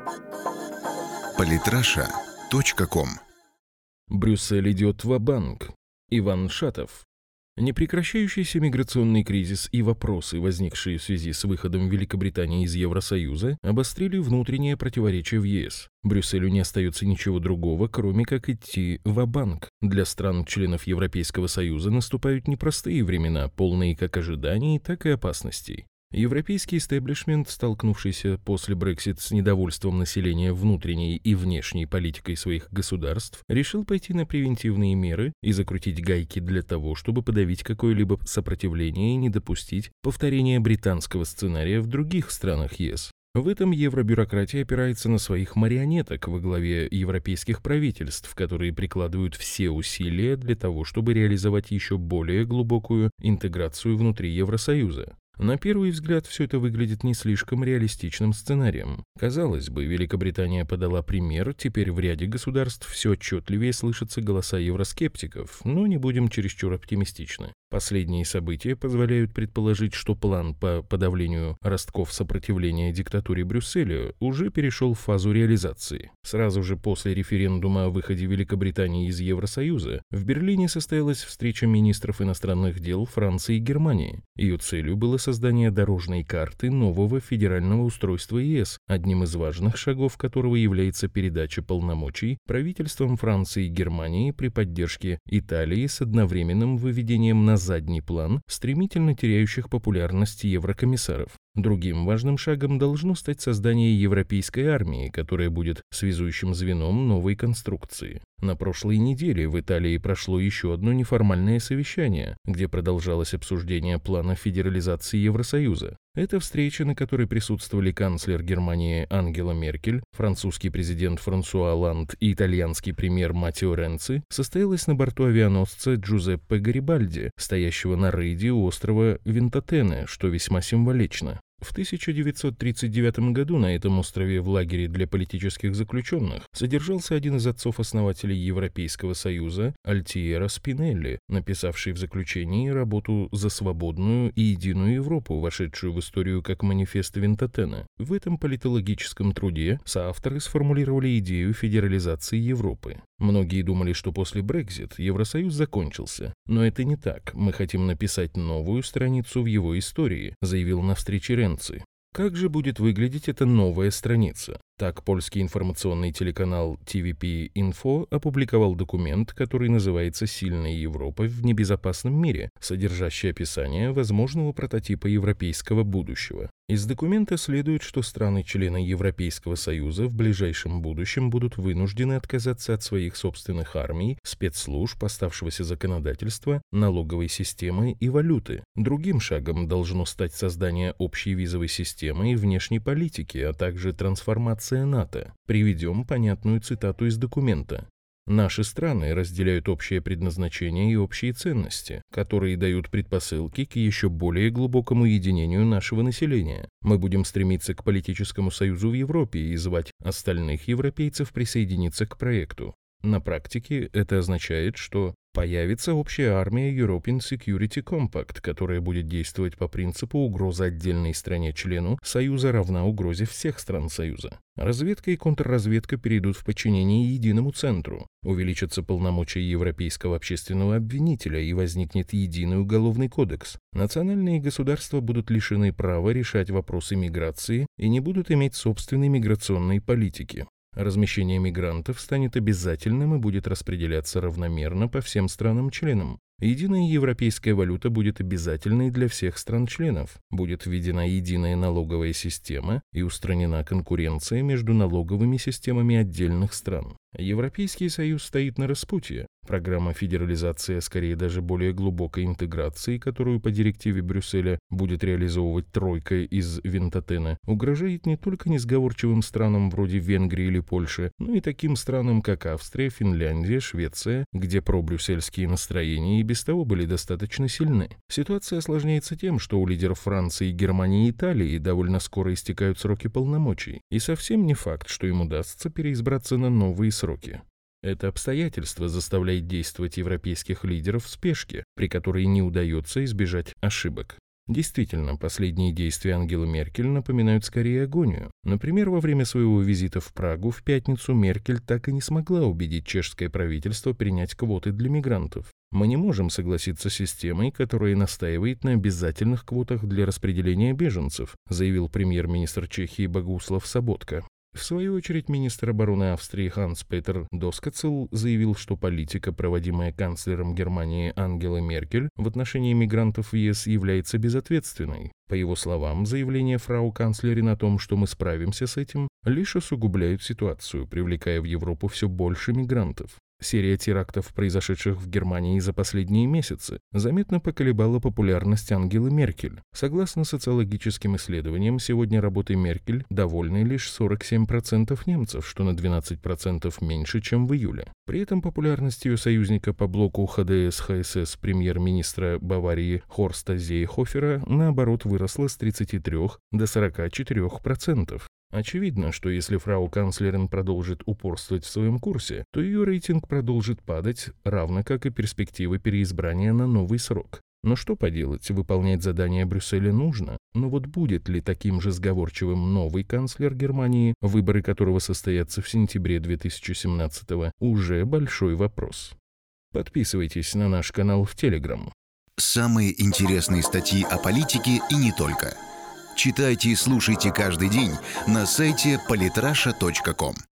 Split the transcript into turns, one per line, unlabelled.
Политраша.ком.
Брюссель идет ва-банк. Иван Шатов. Непрекращающийся миграционный кризис и вопросы, возникшие в связи с выходом Великобритании из Евросоюза, обострили внутренние противоречия в ЕС. Брюсселю не остается ничего другого, кроме как идти ва-банк. Для стран-членов Европейского Союза наступают непростые времена, полные как ожиданий, так и опасностей. Европейский истеблишмент, столкнувшийся после Брексит с недовольством населения внутренней и внешней политикой своих государств, решил пойти на превентивные меры и закрутить гайки для того, чтобы подавить какое-либо сопротивление и не допустить повторения британского сценария в других странах ЕС. В этом евробюрократия опирается на своих марионеток во главе европейских правительств, которые прикладывают все усилия для того, чтобы реализовать еще более глубокую интеграцию внутри Евросоюза. На первый взгляд, все это выглядит не слишком реалистичным сценарием. Казалось бы, Великобритания подала пример, теперь в ряде государств все отчетливее слышатся голоса евроскептиков, но не будем чересчур оптимистичны. Последние события позволяют предположить, что план по подавлению ростков сопротивления диктатуре Брюсселя уже перешел в фазу реализации. Сразу же после референдума о выходе Великобритании из Евросоюза в Берлине состоялась встреча министров иностранных дел Франции и Германии. Ее целью было создание дорожной карты нового федерального устройства ЕС, одним из важных шагов которого является передача полномочий правительствам Франции и Германии при поддержке Италии с одновременным выведением на задний план стремительно теряющих популярность еврокомиссаров. Другим важным шагом должно стать создание европейской армии, которая будет связующим звеном новой конструкции. На прошлой неделе в Италии прошло еще одно неформальное совещание, где продолжалось обсуждение плана федерализации Евросоюза. Это встреча, на которой присутствовали канцлер Германии Ангела Меркель, французский президент Франсуа Олланд и итальянский премьер Маттео Ренци, состоялась на борту авианосца Джузеппе Гарибальди, стоящего на рейде у острова Винтотене, что весьма символично. В 1939 году на этом острове в лагере для политических заключенных содержался один из отцов-основателей Европейского Союза Альтиеро Спинелли, написавший в заключении работу за свободную и единую Европу, вошедшую в историю как манифест Винтотена. В этом политологическом труде соавторы сформулировали идею федерализации Европы. Многие думали, что после Брексит Евросоюз закончился. Но это не так. Мы хотим написать новую страницу в его истории, заявил на встрече Ренци. Как же будет выглядеть эта новая страница? Так, польский информационный телеканал TVP Info опубликовал документ, который называется «Сильная Европа в небезопасном мире», содержащий описание возможного прототипа европейского будущего. Из документа следует, что страны-члены Европейского Союза в ближайшем будущем будут вынуждены отказаться от своих собственных армий, спецслужб, оставшегося законодательства, налоговой системы и валюты. Другим шагом должно стать создание общей визовой системы и внешней политики, а также трансформация НАТО. Приведем понятную цитату из документа. Наши страны разделяют общее предназначение и общие ценности, которые дают предпосылки к еще более глубокому единению нашего населения. Мы будем стремиться к политическому союзу в Европе и звать остальных европейцев присоединиться к проекту. На практике это означает, что появится общая армия European Security Compact, которая будет действовать по принципу угроза отдельной стране-члену Союза равна угрозе всех стран Союза. Разведка и контрразведка перейдут в подчинение единому центру. Увеличатся полномочия Европейского общественного обвинителя и возникнет единый уголовный кодекс. Национальные государства будут лишены права решать вопросы миграции и не будут иметь собственной миграционной политики. Размещение мигрантов станет обязательным и будет распределяться равномерно по всем странам-членам. Единая европейская валюта будет обязательной для всех стран-членов. Будет введена единая налоговая система и устранена конкуренция между налоговыми системами отдельных стран. Европейский Союз стоит на распутье. Программа федерализации, а скорее даже более глубокой интеграции, которую по директиве Брюсселя будет реализовывать тройка из Винтотена, угрожает не только несговорчивым странам вроде Венгрии или Польши, но и таким странам, как Австрия, Финляндия, Швеция, где пробрюссельские настроения и без того были достаточно сильны. Ситуация осложняется тем, что у лидеров Франции, Германии и Италии довольно скоро истекают сроки полномочий, и совсем не факт, что им удастся переизбраться на новые сроки. Это обстоятельство заставляет действовать европейских лидеров в спешке, при которой не удается избежать ошибок. Действительно, последние действия Ангелы Меркель напоминают скорее агонию. Например, во время своего визита в Прагу в пятницу Меркель так и не смогла убедить чешское правительство принять квоты для мигрантов. «Мы не можем согласиться с системой, которая настаивает на обязательных квотах для распределения беженцев», заявил премьер-министр Чехии Богуслав Соботка. В свою очередь, министр обороны Австрии Ханс-Петер Доскацел заявил, что политика, проводимая канцлером Германии Ангелой Меркель в отношении мигрантов в ЕС, является безответственной. По его словам, заявление фрау-канцлерин о том, что мы справимся с этим, лишь усугубляют ситуацию, привлекая в Европу все больше мигрантов. Серия терактов, произошедших в Германии за последние месяцы, заметно поколебала популярность Ангелы Меркель. Согласно социологическим исследованиям, сегодня работой Меркель довольны лишь 47% немцев, что на 12% меньше, чем в июле. При этом популярность ее союзника по блоку ХДС-ХСС премьер-министра Баварии Хорста Зейхофера, наоборот, выросла с 33 до 44%. Очевидно, что если фрау-канцлерин продолжит упорствовать в своем курсе, то ее рейтинг продолжит падать, равно как и перспективы переизбрания на новый срок. Но что поделать, выполнять задания Брюсселя нужно. Но вот будет ли таким же сговорчивым новый канцлер Германии, выборы которого состоятся в сентябре 2017-го, уже большой вопрос. Подписывайтесь на наш канал в Telegram.
Самые интересные статьи о политике и не только. Читайте и слушайте каждый день на сайте polytrasha.com.